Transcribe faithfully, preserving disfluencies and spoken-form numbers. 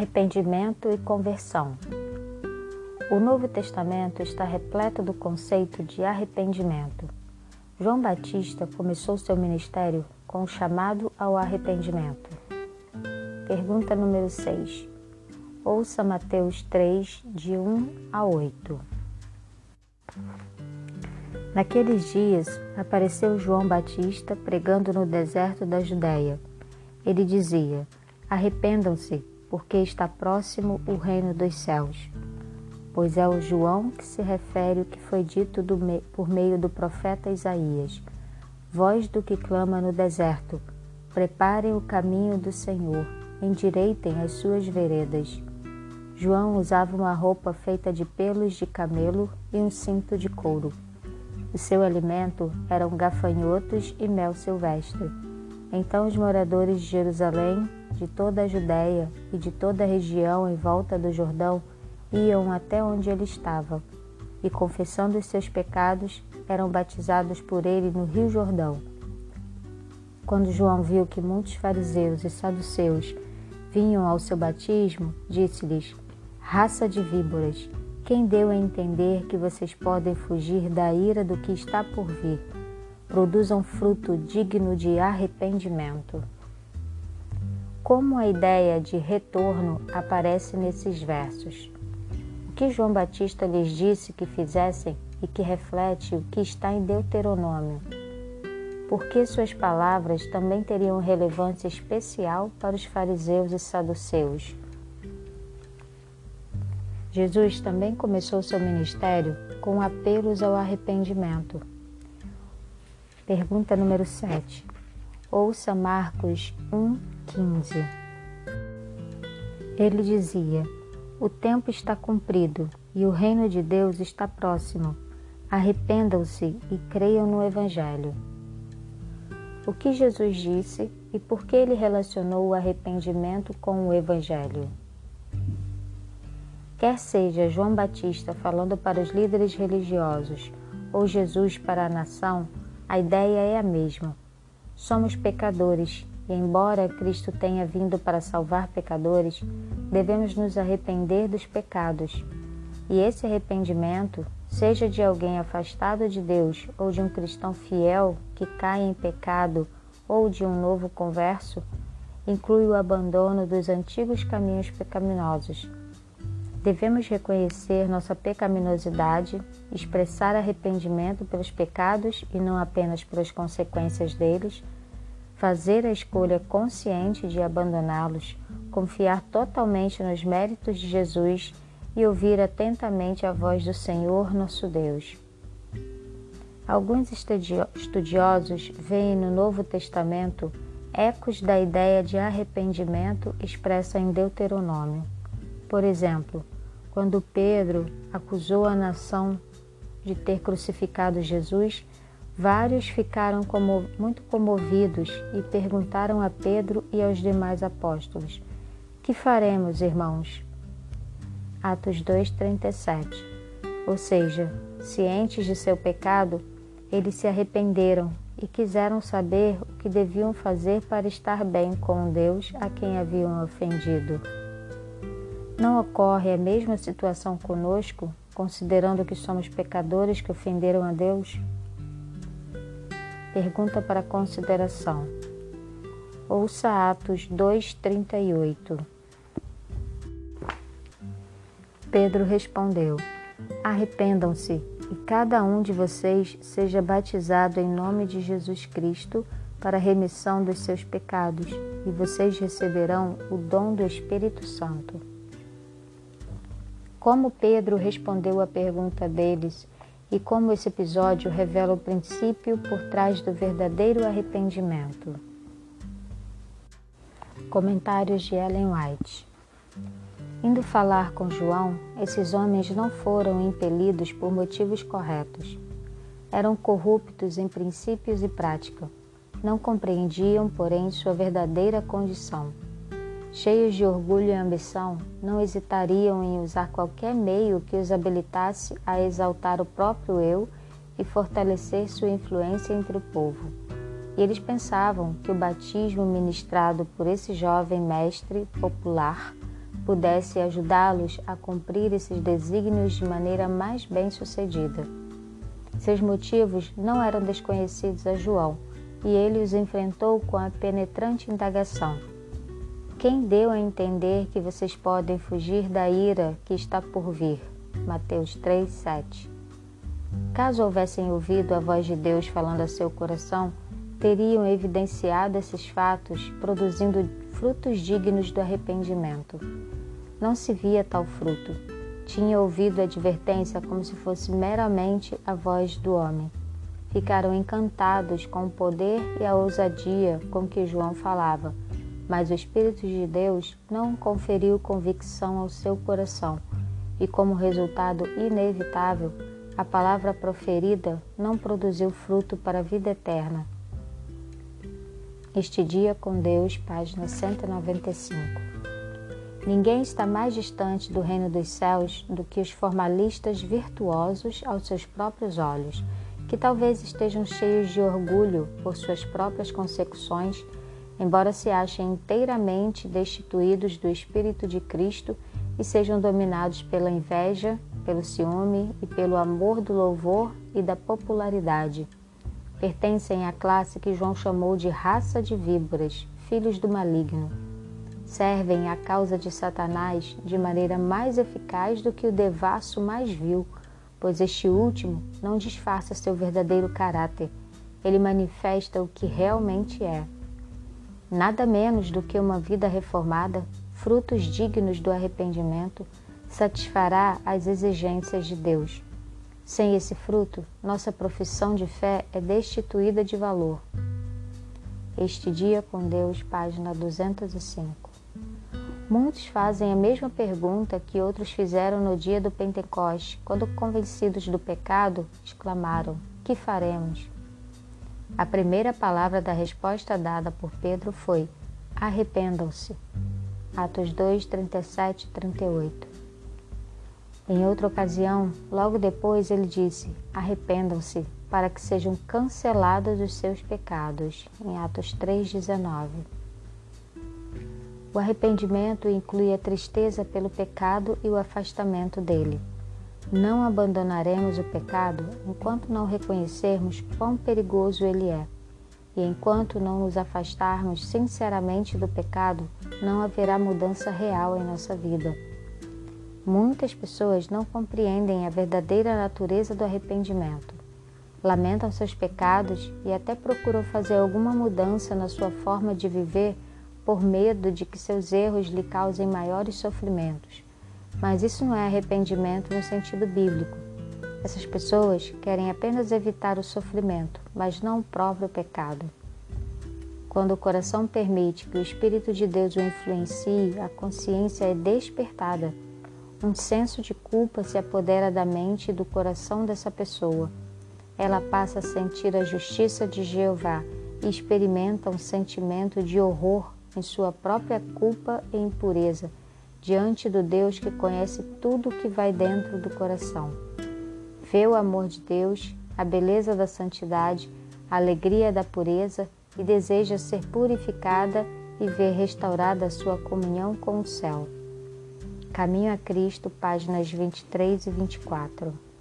Arrependimento e conversão. O Novo Testamento está repleto do conceito de arrependimento. João Batista começou seu ministério com o chamado ao arrependimento. Pergunta número seis. Ouça Mateus três, de um a oito. Naqueles dias, apareceu João Batista pregando no deserto da Judéia. Ele dizia: Arrependam-se, porque está próximo o reino dos céus. Pois é o João que se refere o que foi dito do me... por meio do profeta Isaías. Voz do que clama no deserto: preparem o caminho do Senhor, endireitem as suas veredas. João usava uma roupa feita de pelos de camelo e um cinto de couro. O seu alimento eram gafanhotos e mel silvestre. Então os moradores de Jerusalém, de toda a Judéia e de toda a região em volta do Jordão iam até onde ele estava, e confessando os seus pecados, eram batizados por ele no Rio Jordão. Quando João viu que muitos fariseus e saduceus vinham ao seu batismo, disse-lhes: Raça de víboras, quem deu a entender que vocês podem fugir da ira do que está por vir? Produzam fruto digno de arrependimento. Como a ideia de retorno aparece nesses versos? O que João Batista lhes disse que fizessem e que reflete o que está em Deuteronômio? Porque suas palavras também teriam relevância especial para os fariseus e saduceus. Jesus também começou seu ministério com apelos ao arrependimento. Pergunta número sete. Ouça Marcos um, quinze. Ele dizia: O tempo está cumprido e o reino de Deus está próximo. Arrependam-se e creiam no Evangelho. O que Jesus disse e por que ele relacionou o arrependimento com o Evangelho? Quer seja João Batista falando para os líderes religiosos ou Jesus para a nação, a ideia é a mesma. Somos pecadores e, embora Cristo tenha vindo para salvar pecadores, devemos nos arrepender dos pecados. E esse arrependimento, seja de alguém afastado de Deus ou de um cristão fiel que cai em pecado ou de um novo converso, inclui o abandono dos antigos caminhos pecaminosos. Devemos reconhecer nossa pecaminosidade, expressar arrependimento pelos pecados e não apenas pelas consequências deles, fazer a escolha consciente de abandoná-los, confiar totalmente nos méritos de Jesus e ouvir atentamente a voz do Senhor nosso Deus. Alguns estudiosos veem no Novo Testamento ecos da ideia de arrependimento expressa em Deuteronômio. Por exemplo, quando Pedro acusou a nação de ter crucificado Jesus, vários ficaram como, muito comovidos e perguntaram a Pedro e aos demais apóstolos: Que faremos, irmãos? Atos dois, trinta e sete. Ou seja, cientes de seu pecado, eles se arrependeram e quiseram saber o que deviam fazer para estar bem com Deus a quem haviam ofendido. Não ocorre a mesma situação conosco, considerando que somos pecadores que ofenderam a Deus? Pergunta para consideração. Ouça Atos dois, trinta e oito. Pedro respondeu: Arrependam-se e cada um de vocês seja batizado em nome de Jesus Cristo para a remissão dos seus pecados, e vocês receberão o dom do Espírito Santo. Como Pedro respondeu à pergunta deles e como esse episódio revela o princípio por trás do verdadeiro arrependimento. Comentários de Ellen White. Indo falar com João, esses homens não foram impelidos por motivos corretos. Eram corruptos em princípios e prática. Não compreendiam, porém, sua verdadeira condição. Cheios de orgulho e ambição, não hesitariam em usar qualquer meio que os habilitasse a exaltar o próprio eu e fortalecer sua influência entre o povo. E eles pensavam que o batismo ministrado por esse jovem mestre popular pudesse ajudá-los a cumprir esses desígnios de maneira mais bem-sucedida. Seus motivos não eram desconhecidos a João, e ele os enfrentou com a penetrante indagação: quem deu a entender que vocês podem fugir da ira que está por vir? Mateus três, sete. Caso houvessem ouvido a voz de Deus falando a seu coração, teriam evidenciado esses fatos, produzindo frutos dignos do arrependimento. Não se via tal fruto. Tinha ouvido a advertência como se fosse meramente a voz do homem. Ficaram encantados com o poder e a ousadia com que João falava, mas o Espírito de Deus não conferiu convicção ao seu coração, e como resultado inevitável, a palavra proferida não produziu fruto para a vida eterna. Este Dia com Deus, página cento e noventa e cinco. Ninguém está mais distante do reino dos céus do que os formalistas virtuosos aos seus próprios olhos, que talvez estejam cheios de orgulho por suas próprias consecuções, embora se achem inteiramente destituídos do Espírito de Cristo e sejam dominados pela inveja, pelo ciúme e pelo amor do louvor e da popularidade. Pertencem à classe que João chamou de raça de víboras, filhos do maligno. Servem à causa de Satanás de maneira mais eficaz do que o devasso mais vil, pois este último não disfarça seu verdadeiro caráter, ele manifesta o que realmente é. Nada menos do que uma vida reformada, frutos dignos do arrependimento, satisfará as exigências de Deus. Sem esse fruto, nossa profissão de fé é destituída de valor. Este Dia com Deus, página duzentos e cinco. Muitos fazem a mesma pergunta que outros fizeram no dia do Pentecoste, quando, convencidos do pecado, exclamaram: que faremos? A primeira palavra da resposta dada por Pedro foi: arrependam-se. Atos dois, trinta e sete e trinta e oito. Em outra ocasião, logo depois, ele disse: arrependam-se, para que sejam cancelados os seus pecados. Em Atos três, dezenove. O arrependimento inclui a tristeza pelo pecado e o afastamento dele. Não abandonaremos o pecado enquanto não reconhecermos quão perigoso ele é. E enquanto não nos afastarmos sinceramente do pecado, não haverá mudança real em nossa vida. Muitas pessoas não compreendem a verdadeira natureza do arrependimento. Lamentam seus pecados e até procuram fazer alguma mudança na sua forma de viver por medo de que seus erros lhe causem maiores sofrimentos. Mas isso não é arrependimento no sentido bíblico. Essas pessoas querem apenas evitar o sofrimento, mas não o próprio pecado. Quando o coração permite que o Espírito de Deus o influencie, a consciência é despertada. Um senso de culpa se apodera da mente e do coração dessa pessoa. Ela passa a sentir a justiça de Jeová e experimenta um sentimento de horror em sua própria culpa e impureza, diante do Deus que conhece tudo o que vai dentro do coração. Vê o amor de Deus, a beleza da santidade, a alegria da pureza e deseja ser purificada e ver restaurada a sua comunhão com o céu. Caminho a Cristo, páginas vinte e três e vinte e quatro.